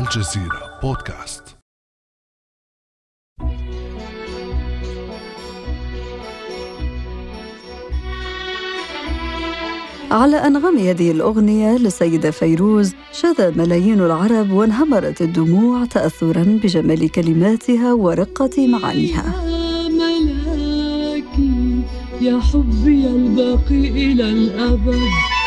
الجزيرة بودكاست. على أنغام هذه الأغنية للسيدة فيروز شذ ملايين العرب وانهمرت الدموع تأثراً بجمال كلماتها ورقة معانيها. ملاكي يا حبي الباقي إلى الأبد.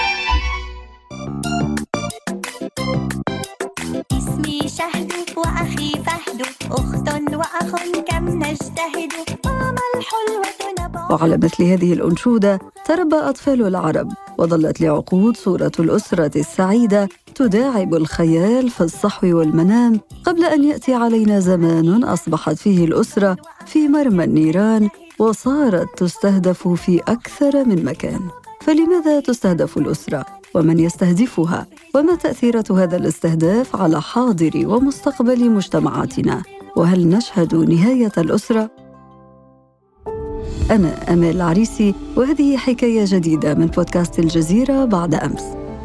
اسمي شهد وأخي فهد، أخت وأخ كم نجتهد، طعم الحلوة نبع. وعلى مثل هذه الأنشودة تربى أطفال العرب، وظلت لعقود صورة الأسرة السعيدة تداعب الخيال في الصحو والمنام، قبل أن يأتي علينا زمان أصبحت فيه الأسرة في مرمى النيران، وصارت تستهدف في أكثر من مكان. فلماذا تستهدف الأسرة؟ ومن يستهدفها؟ وما تأثيرة هذا الاستهداف على حاضر ومستقبل مجتمعاتنا؟ وهل نشهد نهاية الأسرة؟ أنا أمال العريسي، وهذه حكاية جديدة من بودكاست الجزيرة بعد أمس.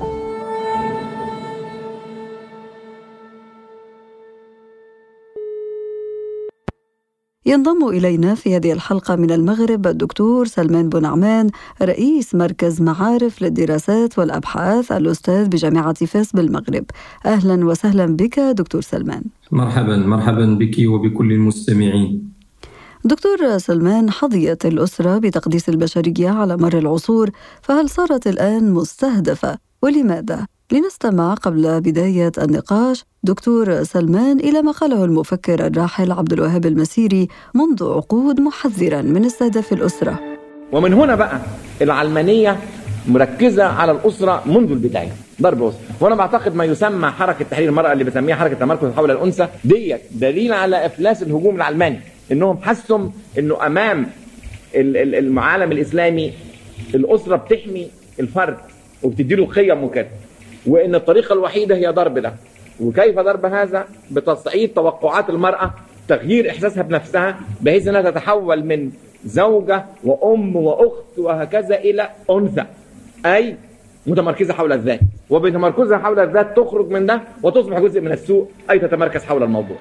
ينضم إلينا في هذه الحلقة من المغرب الدكتور سلمان بونعمان، رئيس مركز معارف للدراسات والأبحاث، الأستاذ بجامعة فاس بالمغرب. أهلا وسهلا بك دكتور سلمان. مرحبا بك وبكل المستمعين. دكتور سلمان، حظيت الأسرة بتقديس البشرية على مر العصور، فهل صارت الآن مستهدفة ولماذا؟ لنستمع قبل بداية النقاش دكتور سلمان إلى ما قاله المفكر الراحل عبد الوهاب المسيري منذ عقود محذرا من استهداف الأسرة. ومن هنا بقى العلمانية مركزة على الأسرة منذ البداية، ضرب أسرة. وأنا بعتقد ما يسمى حركة تحرير المرأة اللي بسميها حركة تمركز حول الأنثى ديت دليل على إفلاس الهجوم العلماني، إنهم حسوا إنه أمام العالم الإسلامي الأسرة بتحمي الفرد وبتديله قيم وكده، وإن الطريقة الوحيدة هي ضرب ده. وكيف ضرب هذا؟ بتصعيد توقعات المرأة، تغيير إحساسها بنفسها بحيث أنها تتحول من زوجة وأم وأخت وهكذا إلى أنثى، أي متمركزة حول الذات، وبتمركزها حول الذات تخرج من ده وتصبح جزء من السوق، أي تتمركز حول الموضوع.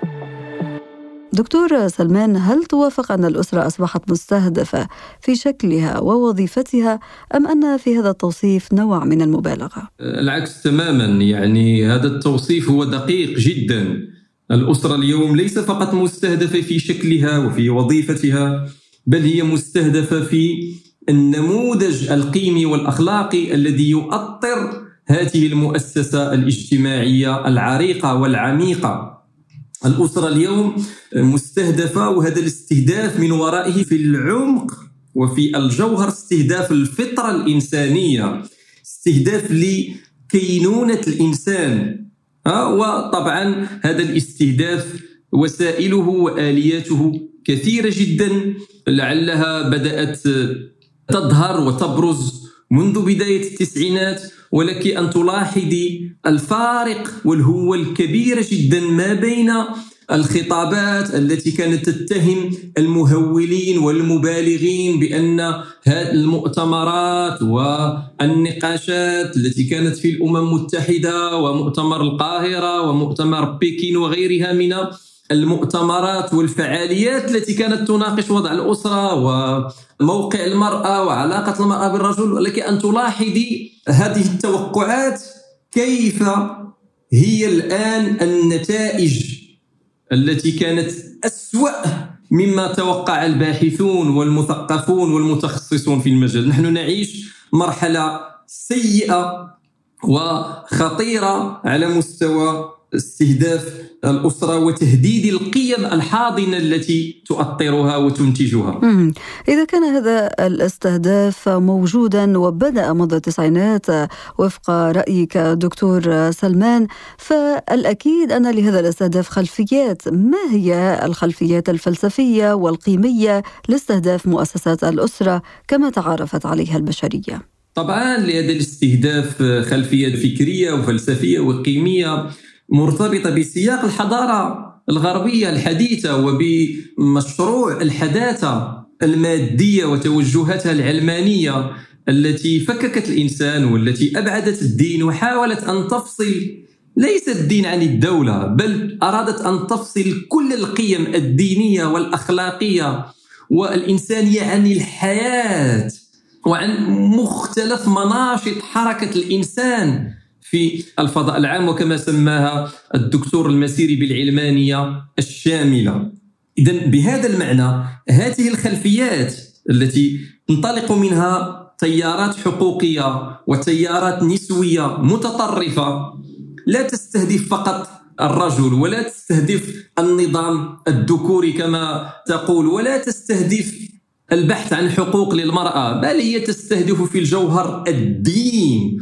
دكتور سلمان، هل توافق أن الأسرة أصبحت مستهدفة في شكلها ووظيفتها، أم أن في هذا التوصيف نوع من المبالغة؟ العكس تماما، يعني هذا التوصيف هو دقيق جدا. الأسرة اليوم ليس فقط مستهدفة في شكلها وفي وظيفتها، بل هي مستهدفة في النموذج القيمي والأخلاقي الذي يؤطر هذه المؤسسة الاجتماعية العريقة والعميقة. الأسرة اليوم مستهدفة، وهذا الاستهداف من ورائه في العمق وفي الجوهر استهداف الفطرة الإنسانية، استهداف لكينونة الإنسان. وطبعا هذا الاستهداف وسائله وآلياته كثيرة جدا، لعلها بدأت تظهر وتبرز منذ بداية التسعينات، ولك أن تلاحظي الفارق والهوة الكبيرة جدا ما بين الخطابات التي كانت تتهم المهولين والمبالغين بأن المؤتمرات والنقاشات التي كانت في الأمم المتحدة ومؤتمر القاهرة ومؤتمر بكين وغيرها من المؤتمرات والفعاليات التي كانت تناقش وضع الأسرة وموقع المرأة وعلاقة المرأة بالرجل، ولك أن تلاحظي هذه التوقعات كيف هي الآن النتائج التي كانت أسوأ مما توقع الباحثون والمثقفون والمتخصصون في المجال. نحن نعيش مرحلة سيئة وخطيرة على مستوى استهداف الأسرة وتهديد القيم الحاضنة التي تؤطرها وتنتجها. إذا كان هذا الاستهداف موجودا وبدأ منذ التسعينات وفق رأيك دكتور سلمان، فالأكيد أن لهذا الاستهداف خلفيات. ما هي الخلفيات الفلسفية والقيمية لاستهداف مؤسسات الأسرة كما تعارفت عليها البشرية؟ طبعا لهذا الاستهداف خلفية فكرية وفلسفية وقيمية مرتبطة بسياق الحضارة الغربية الحديثة وبمشروع الحداثة المادية وتوجهاتها العلمانية التي فككت الإنسان والتي أبعدت الدين وحاولت أن تفصل ليس الدين عن الدولة، بل أرادت أن تفصل كل القيم الدينية والأخلاقية والإنسانية عن الحياة وعن مختلف مناشط حركة الإنسان في الفضاء العام، وكما سماها الدكتور المسيري بالعلمانية الشاملة. إذن بهذا المعنى هذه الخلفيات التي تنطلق منها تيارات حقوقية وتيارات نسوية متطرفة لا تستهدف فقط الرجل، ولا تستهدف النظام الذكوري كما تقول، ولا تستهدف البحث عن حقوق للمرأة، بل هي تستهدف في الجوهر الدين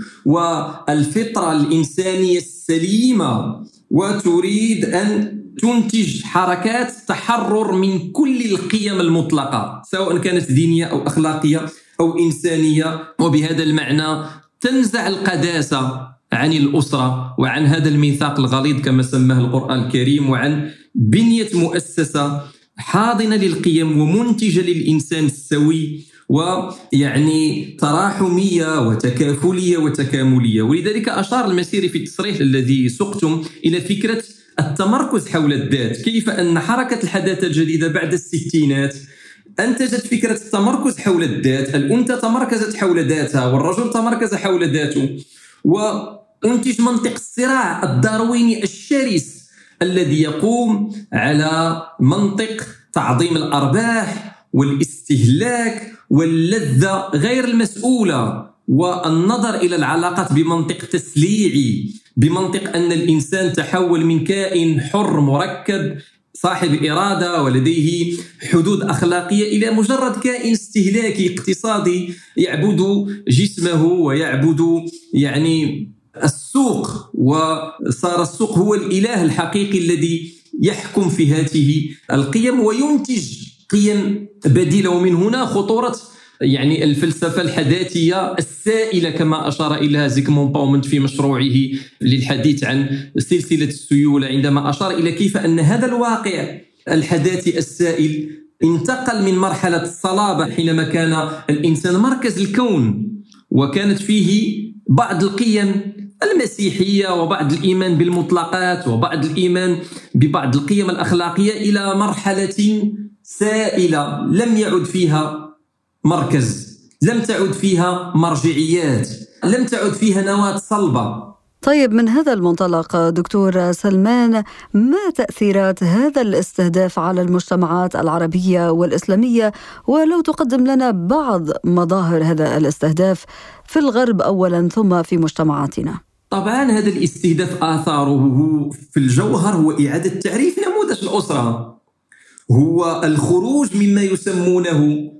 والفطرة الإنسانية السليمة، وتريد أن تنتج حركات تحرر من كل القيم المطلقة سواء كانت دينية أو أخلاقية أو إنسانية. وبهذا المعنى تنزع القداسة عن الأسرة وعن هذا الميثاق الغليظ كما سماه القرآن الكريم، وعن بنية مؤسسة حاضنة للقيم ومنتجة للإنسان السوي، ويعني تراحمية وتكافلية وتكاملية. ولذلك أشار المسيري في التصريح الذي سقتم إلى فكرة التمركز حول الذات، كيف أن حركة الحداثة الجديدة بعد الستينات أنتجت فكرة التمركز حول الذات. الأنثى تمركزت حول ذاتها والرجل تمركز حول ذاته، وأنتج منطق الصراع الدارويني الشرس الذي يقوم على منطق تعظيم الأرباح والاستهلاك واللذة غير المسؤولة، والنظر إلى العلاقات بمنطق تسليعي، بمنطق أن الإنسان تحول من كائن حر مركب صاحب إرادة ولديه حدود أخلاقية إلى مجرد كائن استهلاكي اقتصادي يعبد جسمه ويعبد يعني السوق، وصار السوق هو الإله الحقيقي الذي يحكم في هذه القيم وينتج قيم بديلة. ومن هنا خطورة يعني الفلسفة الحداثية السائلة كما أشار إليها زيغموند باومنت في مشروعه للحديث عن سلسلة السيولة، عندما أشار إلى كيف أن هذا الواقع الحداثي السائل انتقل من مرحلة الصلابة حينما كان الإنسان مركز الكون وكانت فيه بعض القيم المسيحية وبعض الإيمان بالمطلقات وبعض الإيمان ببعض القيم الأخلاقية، إلى مرحلة سائلة لم يعد فيها مركز، لم تعد فيها مرجعيات، لم تعد فيها نواة صلبة. طيب، من هذا المنطلق دكتور سلمان، ما تأثيرات هذا الاستهداف على المجتمعات العربية والإسلامية؟ ولو تقدم لنا بعض مظاهر هذا الاستهداف في الغرب أولا ثم في مجتمعاتنا. طبعا هذا الاستهداف آثاره في الجوهر هو إعادة تعريف نموذج الأسرة، هو الخروج مما يسمونه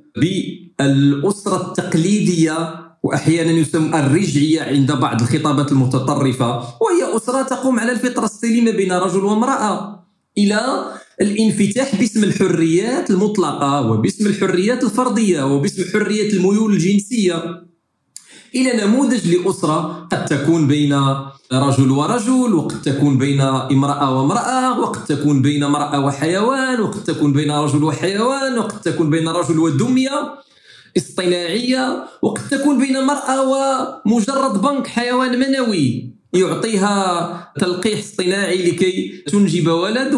بالأسرة التقليدية وأحيانا يسمى الرجعية عند بعض الخطابات المتطرفة، وهي أسرة تقوم على الفطرة السليمة بين رجل وامرأة، إلى الانفتاح باسم الحريات المطلقة وباسم الحريات الفردية وباسم حرية الميول الجنسية، إلى نموذج لأسرة قد تكون بين رجل ورجل، وقد تكون بين امرأة وامرأة، وقد تكون بين امرأة وحيوان، وقد تكون بين رجل وحيوان، وقد تكون بين رجل ودمية اصطناعية، وقد تكون بين مرأة ومجرد بنك حيوان منوي يعطيها تلقيح اصطناعي لكي تنجب ولد.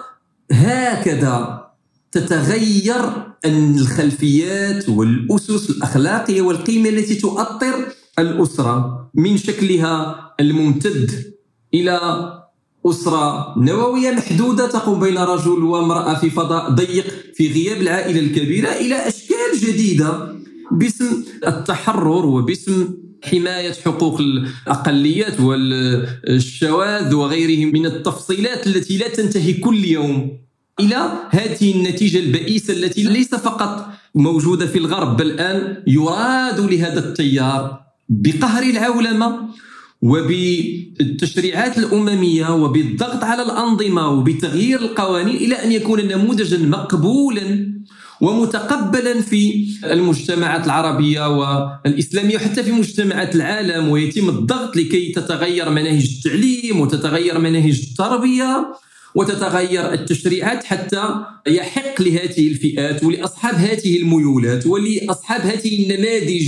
وهكذا تتغير الخلفيات والأسس الأخلاقية والقيمة التي تؤطر الأسرة من شكلها الممتد إلى أسرة نووية محدودة تقوم بين رجل وامرأة في فضاء ضيق في غياب العائلة الكبيرة، إلى أشكال جديدة باسم التحرر وباسم حماية حقوق الأقليات والشواذ وغيرهم من التفصيلات التي لا تنتهي كل يوم، إلى هذه النتيجة البئيسة التي ليس فقط موجودة في الغرب، بل الآن يراد لهذا التيار بقهر العولمة وبالتشريعات الأممية وبالضغط على الأنظمة وبتغيير القوانين إلى أن يكون نموذجا مقبولا ومتقبلا في المجتمعات العربية والإسلامية وحتى في مجتمعات العالم، ويتم الضغط لكي تتغير مناهج التعليم وتتغير مناهج التربية وتتغير التشريعات حتى يحق لهذه الفئات ولأصحاب هذه الميولات ولأصحاب هذه النماذج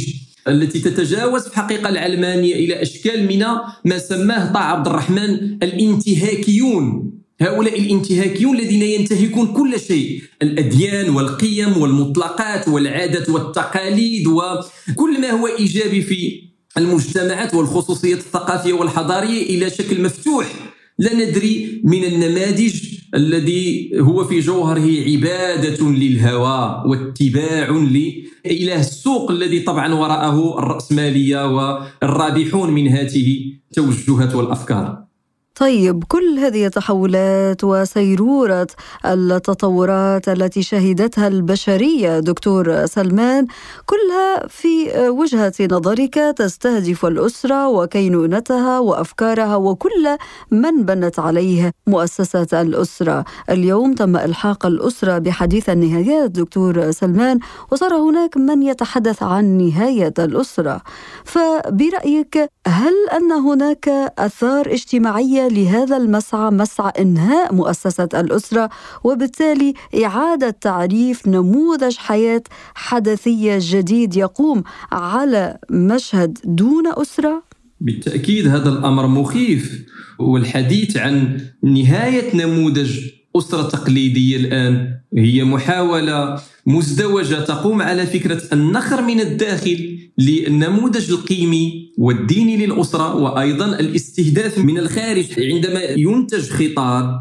التي تتجاوز في حقيقة العلمانية إلى أشكال من ما سماه طه عبد الرحمن الانتهاكيون. هؤلاء الانتهاكيون الذين ينتهكون كل شيء، الأديان والقيم والمطلقات والعادات والتقاليد وكل ما هو إيجابي في المجتمعات والخصوصيات الثقافية والحضارية إلى شكل مفتوح لا ندري من النماذج الذي هو في جوهره عبادة للهوى واتباع لإله السوق الذي طبعا وراءه الرأسمالية والرابحون من هذه التوجهات والأفكار. طيب، كل هذه التحولات وسيرورة التطورات التي شهدتها البشرية دكتور سلمان كلها في وجهة نظرك تستهدف الأسرة وكينونتها وأفكارها وكل من بنت عليه مؤسسة الأسرة. اليوم تم إلحاق الأسرة بحديث النهايات دكتور سلمان، وصار هناك من يتحدث عن نهاية الأسرة. فبرأيك هل أن هناك آثار اجتماعية لهذا المسعى، مسعى إنهاء مؤسسة الأسرة، وبالتالي إعادة تعريف نموذج حياة حدثية جديد يقوم على مشهد دون أسرة؟ بالتأكيد هذا الأمر مخيف، والحديث عن نهاية نموذج أسرة تقليدية الآن هي محاولة مزدوجة تقوم على فكرة النخر من الداخل للنموذج القيمي والديني للأسرة، وأيضا الاستهداف من الخارج عندما ينتج خطاب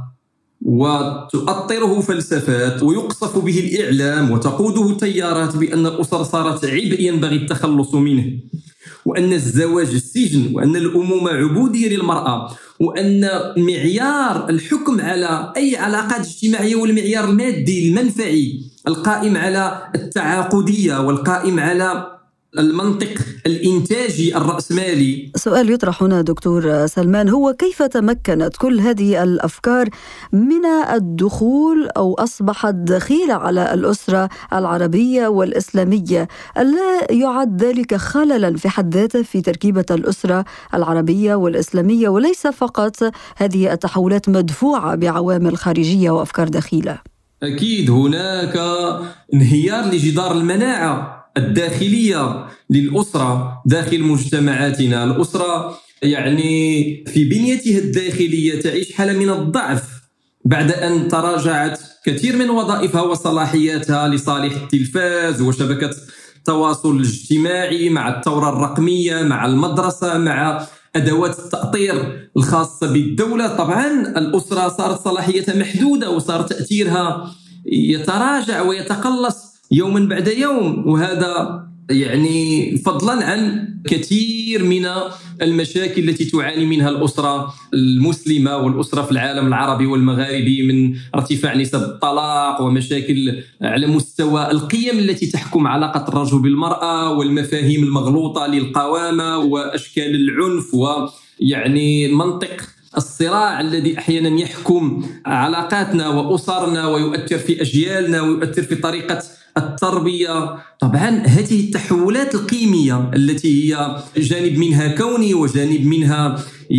وتؤطره فلسفات ويقصف به الإعلام وتقوده تيارات بأن الأسرة صارت عبء ينبغي التخلص منه، وأن الزواج السجن، وأن الأمومة عبودية للمرأة، وأن معيار الحكم على أي علاقات اجتماعية والمعيار المادي المنفعي القائم على التعاقدية والقائم على المنطق الإنتاجي الرأسمالي. سؤال يطرح هنا دكتور سلمان هو كيف تمكنت كل هذه الأفكار من الدخول أو أصبحت دخيلة على الأسرة العربية والإسلامية؟ ألا يعد ذلك خللا في حد ذاته في تركيبة الأسرة العربية والإسلامية، وليس فقط هذه التحولات مدفوعة بعوامل خارجية وأفكار دخيلة؟ أكيد هناك انهيار لجدار المناعة الداخلية للأسرة داخل مجتمعاتنا. الأسرة يعني في بنيتها الداخلية تعيش حالة من الضعف بعد أن تراجعت كثير من وظائفها وصلاحياتها لصالح التلفاز وشبكة التواصل الاجتماعي، مع الثورة الرقمية، مع المدرسة، مع أدوات التأطير الخاصة بالدولة. طبعا الأسرة صارت صلاحيتها محدودة وصار تأثيرها يتراجع ويتقلص يوما بعد يوم، وهذا يعني فضلا عن كثير من المشاكل التي تعاني منها الأسرة المسلمة والأسرة في العالم العربي والمغاربي، من ارتفاع نسب الطلاق ومشاكل على مستوى القيم التي تحكم علاقة الرجل بالمرأة والمفاهيم المغلوطة للقوامة وأشكال العنف ويعني منطق الصراع الذي أحيانا يحكم علاقاتنا وأسرنا ويؤثر في أجيالنا ويؤثر في طريقة التربية. طبعا هذه التحولات القيمية التي هي جانب منها كوني وجانب منها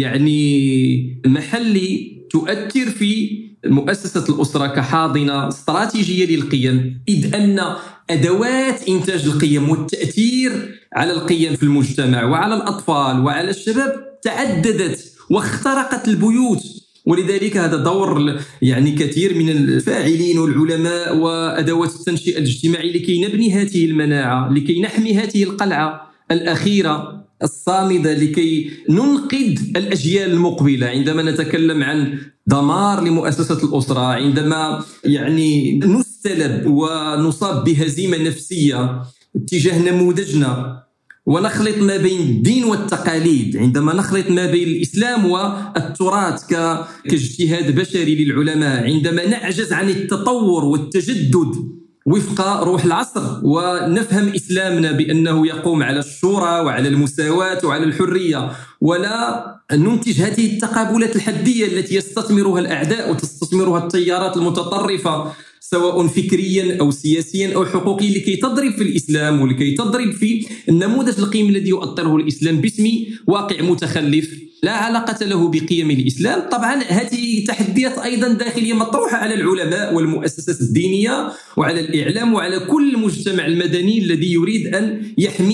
يعني محلي تؤثر في مؤسسة الأسرة كحاضنة استراتيجية للقيم، إذ أن أدوات إنتاج القيم والتأثير على القيم في المجتمع وعلى الأطفال وعلى الشباب تعددت واخترقت البيوت. ولذلك هذا دور يعني كثير من الفاعلين والعلماء وأدوات التنشئة الاجتماعي لكي نبني هذه المناعة، لكي نحمي هذه القلعة الأخيرة الصامدة، لكي ننقذ الأجيال المقبلة. عندما نتكلم عن دمار لمؤسسة الأسرة، عندما يعني نستلب ونصاب بهزيمة نفسية تجاه نموذجنا ونخلط ما بين الدين والتقاليد، عندما نخلط ما بين الإسلام والتراث كاجتهاد بشري للعلماء، عندما نعجز عن التطور والتجدد وفق روح العصر ونفهم إسلامنا بأنه يقوم على الشورى وعلى المساواة وعلى الحرية، ولا ننتج هذه التقابلات الحدية التي يستثمرها الأعداء وتستثمرها التيارات المتطرفة سواء فكريا أو سياسيا أو حقوقيا لكي تضرب في الإسلام ولكي تضرب في النموذج القيمي الذي يؤطره الإسلام باسم واقع متخلف لا علاقة له بقيم الإسلام. طبعا هذه تحديات أيضا داخلية مطروحة على العلماء والمؤسسات الدينية وعلى الإعلام وعلى كل المجتمع المدني الذي يريد أن يحمي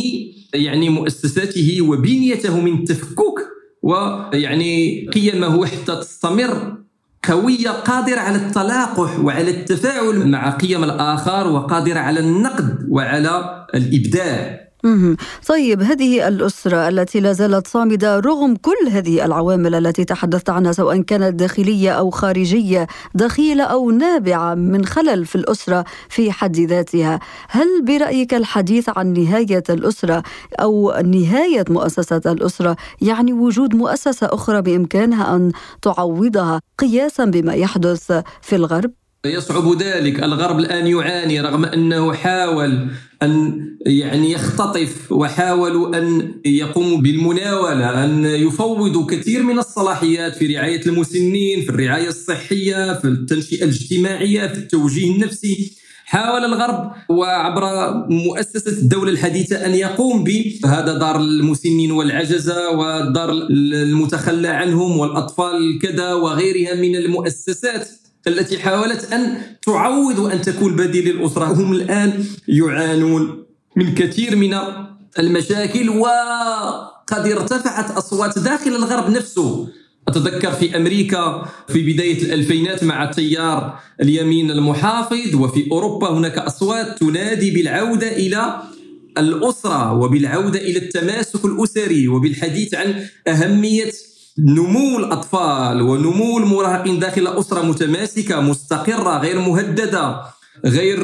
يعني مؤسساته وبنيته من التفكك، ويعني قيمه حتى تستمر قوية، قادرة على التلاقح وعلى التفاعل مع قيم الآخر، وقادرة على النقد وعلى الإبداع. طيب، هذه الأسرة التي لا زالت صامدة رغم كل هذه العوامل التي تحدثت عنها، سواء كانت داخلية أو خارجية، دخيلة أو نابعة من خلل في الأسرة في حد ذاتها، هل برأيك الحديث عن نهاية الأسرة أو نهاية مؤسسة الأسرة يعني وجود مؤسسة أخرى بإمكانها أن تعوضها قياسا بما يحدث في الغرب؟ يصعب ذلك. الغرب الآن يعاني رغم أنه حاول أن يعني يختطف، وحاولوا أن يقوموا بالمناولة، أن يفوضوا كثير من الصلاحيات في رعاية المسنين، في الرعاية الصحية، في التنشئة الاجتماعية، في التوجيه النفسي. حاول الغرب وعبر مؤسسة الدولة الحديثة أن يقوم بهذا دار المسنين والعجزة والدار المتخلى عنهم والأطفال كذا وغيرها من المؤسسات التي حاولت أن تعوض وأن تكون بديل للأسرة. هم الآن يعانون من كثير من المشاكل، وقد ارتفعت أصوات داخل الغرب نفسه. أتذكر في أمريكا في بداية الألفينات مع تيار اليمين المحافظ، وفي أوروبا هناك أصوات تنادي بالعودة إلى الأسرة وبالعودة إلى التماسك الأسري وبالحديث عن أهمية نمو الأطفال ونمو المراهقين داخل أسرة متماسكة مستقرة غير مهددة غير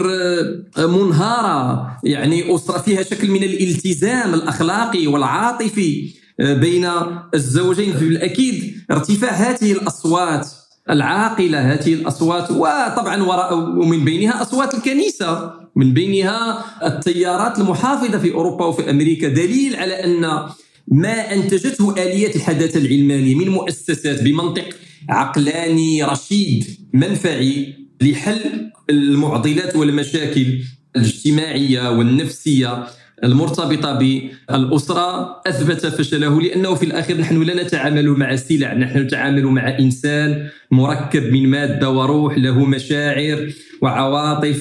منهارة، يعني أسرة فيها شكل من الالتزام الأخلاقي والعاطفي بين الزوجين. بالأكيد ارتفاع هذه الأصوات العاقلة، هذه الأصوات، وطبعا ومن بينها أصوات الكنيسة، من بينها التيارات المحافظة في أوروبا وفي أمريكا، دليل على أن ما أنتجته آليات الحداثة العلمانية من مؤسسات بمنطق عقلاني رشيد منفعي لحل المعضلات والمشاكل الاجتماعية والنفسية المرتبطة بالأسرة أثبت فشله، لأنه في الآخر نحن لا نتعامل مع سلع، نحن نتعامل مع إنسان مركب من مادة وروح، له مشاعر وعواطف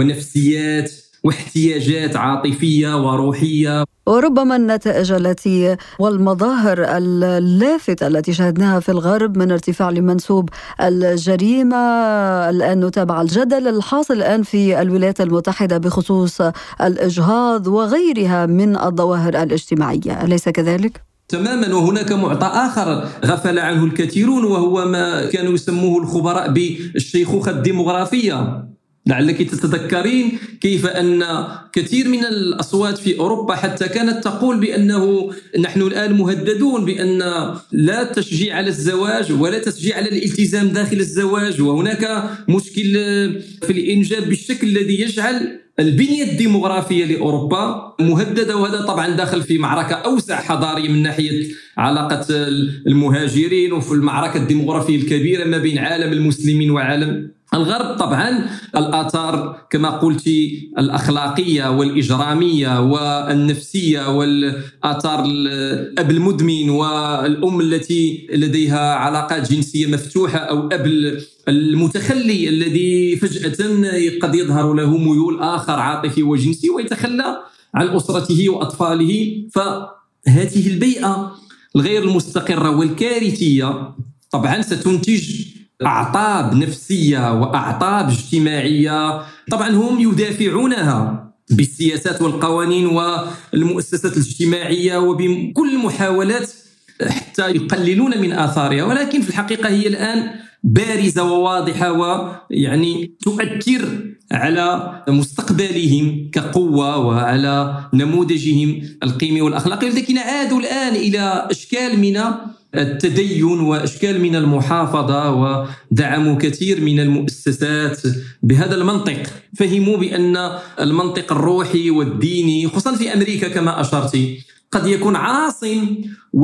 ونفسيات واحتياجات عاطفية وروحية. وربما النتائج التي والمظاهر اللافتة التي شاهدناها في الغرب من ارتفاع لمنسوب الجريمة، الآن نتابع الجدل الحاصل الآن في الولايات المتحدة بخصوص الإجهاض وغيرها من الظواهر الاجتماعية، أليس كذلك؟ تماما. وهناك معطى آخر غفل عنه الكثيرون، وهو ما كانوا يسموه الخبراء بالشيخوخة الديمغرافية. لعلك تتذكرين كيف أن كثير من الأصوات في أوروبا حتى كانت تقول بأنه نحن الآن مهددون بأن لا تشجيع على الزواج ولا تشجيع على الالتزام داخل الزواج، وهناك مشكل في الإنجاب بالشكل الذي يجعل البنية الديمغرافية لأوروبا مهددة. وهذا طبعا داخل في معركة أوسع حضارية من ناحية علاقة المهاجرين، وفي المعركة الديمغرافية الكبيرة ما بين عالم المسلمين وعالم الغرب. طبعا الآثار كما قلت الأخلاقية والإجرامية والنفسية، والآثار الأب المدمن والأم التي لديها علاقات جنسية مفتوحة، أو أب المتخلي الذي فجأة قد يظهر له ميول آخر عاطفي وجنسي ويتخلى عن أسرته وأطفاله. فهذه البيئة الغير المستقرة والكارثية طبعا ستنتج أعطاب نفسية وأعطاب اجتماعية، طبعا هم يدافعونها بالسياسات والقوانين والمؤسسات الاجتماعية وبكل المحاولات حتى يقللون من آثارها، ولكن في الحقيقة هي الآن بارزة وواضحة، ويعني تؤثر على مستقبلهم كقوة وعلى نموذجهم القيمي والأخلاقي. لكن عادوا الآن إلى أشكال من التدين وأشكال من المحافظة، ودعموا كثير من المؤسسات بهذا المنطق. فهموا بأن المنطق الروحي والديني خصوصا في أمريكا كما أشرت قد يكون عاصم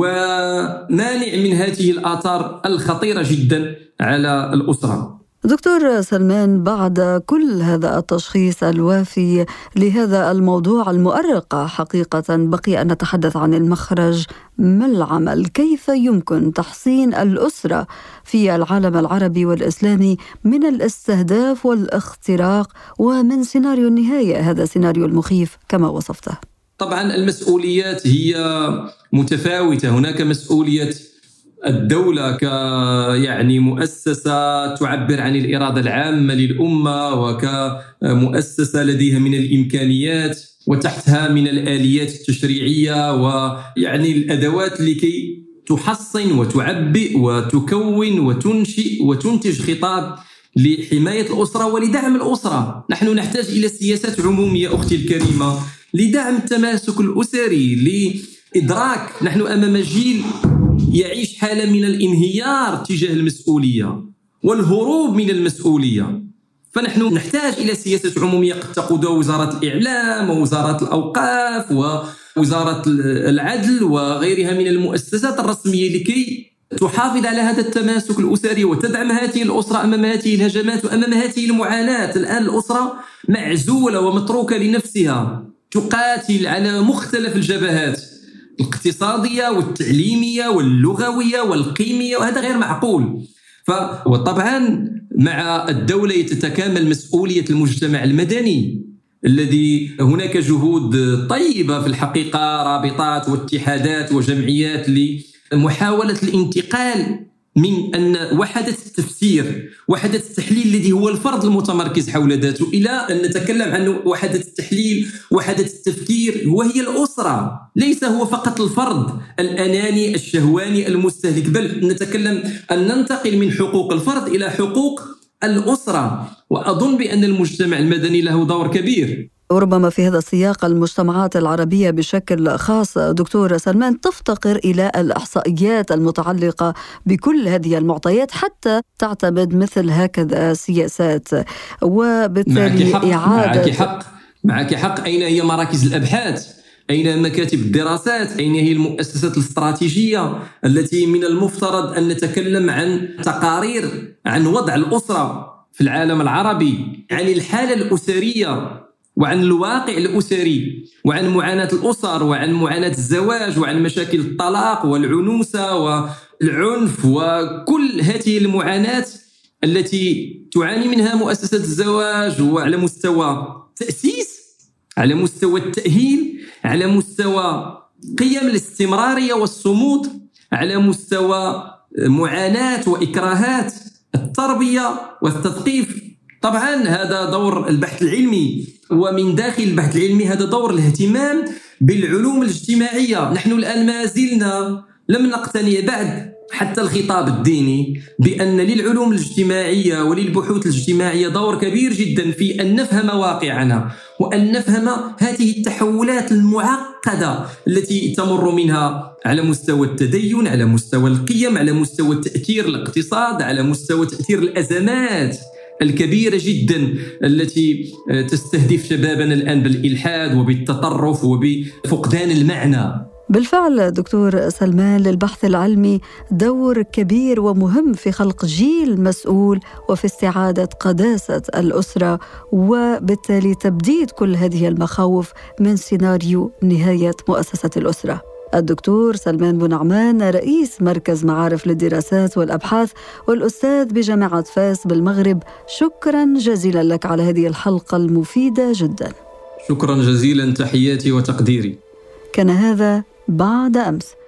ومانع من هذه الآثار الخطيرة جدا على الأسرة. دكتور سلمان، بعد كل هذا التشخيص الوافي لهذا الموضوع المؤرق حقيقة، بقي أن نتحدث عن المخرج. ما العمل؟ كيف يمكن تحصين الأسرة في العالم العربي والإسلامي من الاستهداف والاختراق ومن سيناريو النهاية، هذا السيناريو المخيف كما وصفته؟ طبعا المسؤوليات هي متفاوتة. هناك مسؤولية الدولة يعني مؤسسة تعبر عن الإرادة العامة للأمة، وكمؤسسة لديها من الإمكانيات وتحتها من الآليات التشريعية ويعني الأدوات لكي تحصن وتعبئ وتكون وتنشئ وتنتج خطاب لحماية الأسرة ولدعم الأسرة. نحن نحتاج إلى سياسات عمومية أختي الكريمة لدعم التماسك الأسري، لإدراك نحن أمام جيل يعيش حالة من الانهيار تجاه المسؤولية والهروب من المسؤولية. فنحن نحتاج إلى سياسة عمومية قد تقودها وزارة الإعلام ووزارة الأوقاف ووزارة العدل وغيرها من المؤسسات الرسمية لكي تحافظ على هذا التماسك الأسري وتدعم هذه الأسرة أمام هذه الهجمات وأمام هذه المعاناة. الآن الأسرة معزولة ومتروكة لنفسها، تقاتل على مختلف الجبهات الاقتصادية والتعليمية واللغوية والقيمية، وهذا غير معقول. وطبعا مع الدولة تتكامل مسؤولية المجتمع المدني الذي هناك جهود طيبة في الحقيقة، رابطات واتحادات وجمعيات لمحاولة الانتقال من أن وحدة التفسير وحدة التحليل الذي هو الفرد المتمركز حول ذاته إلى أن نتكلم عن وحدة التحليل وحدة التفكير وهي الأسرة. ليس هو فقط الفرد الأناني الشهواني المستهلك، بل نتكلم أن ننتقل من حقوق الفرد إلى حقوق الأسرة. وأظن بأن المجتمع المدني له دور كبير. وربما في هذا السياق المجتمعات العربية بشكل خاص دكتور سلمان تفتقر إلى الإحصائيات المتعلقة بكل هذه المعطيات حتى تعتمد مثل هكذا سياسات، وبالتالي معك حق. أين هي مراكز الأبحاث؟ أين مكاتب الدراسات؟ أين هي المؤسسات الاستراتيجية التي من المفترض أن نتكلم عن تقارير عن وضع الأسرة في العالم العربي، عن الحالة الأسرية وعن الواقع الأسري وعن معاناة الأسر وعن معاناة الزواج وعن مشاكل الطلاق والعنوسة والعنف وكل هذه المعاناة التي تعاني منها مؤسسة الزواج، وعلى مستوى تأسيس، على مستوى التأهيل، على مستوى قيم الاستمرارية والصمود، على مستوى معاناة وإكراهات التربية والتثقيف. طبعا هذا دور البحث العلمي، ومن داخل البحث العلمي هذا دور الاهتمام بالعلوم الاجتماعية. نحن الآن ما زلنا لم نقتنع بعد حتى الخطاب الديني بأن للعلوم الاجتماعية وللبحوث الاجتماعية دور كبير جدا في أن نفهم واقعنا وأن نفهم هذه التحولات المعقدة التي تمر منها على مستوى التدين، على مستوى القيم، على مستوى تأثير الاقتصاد، على مستوى تأثير الأزمات الكبيرة جدا التي تستهدف شبابنا الآن بالإلحاد وبالتطرف وبفقدان المعنى. بالفعل دكتور سلمان، للبحث العلمي دور كبير ومهم في خلق جيل مسؤول وفي استعادة قداسة الأسرة، وبالتالي تبديد كل هذه المخاوف من سيناريو نهاية مؤسسة الأسرة. الدكتور سلمان بونعمان رئيس مركز معارف للدراسات والأبحاث والأستاذ بجامعة فاس بالمغرب، شكرا جزيلا لك على هذه الحلقة المفيدة جدا. شكرا جزيلا، تحياتي وتقديري. كان هذا بعد أمس.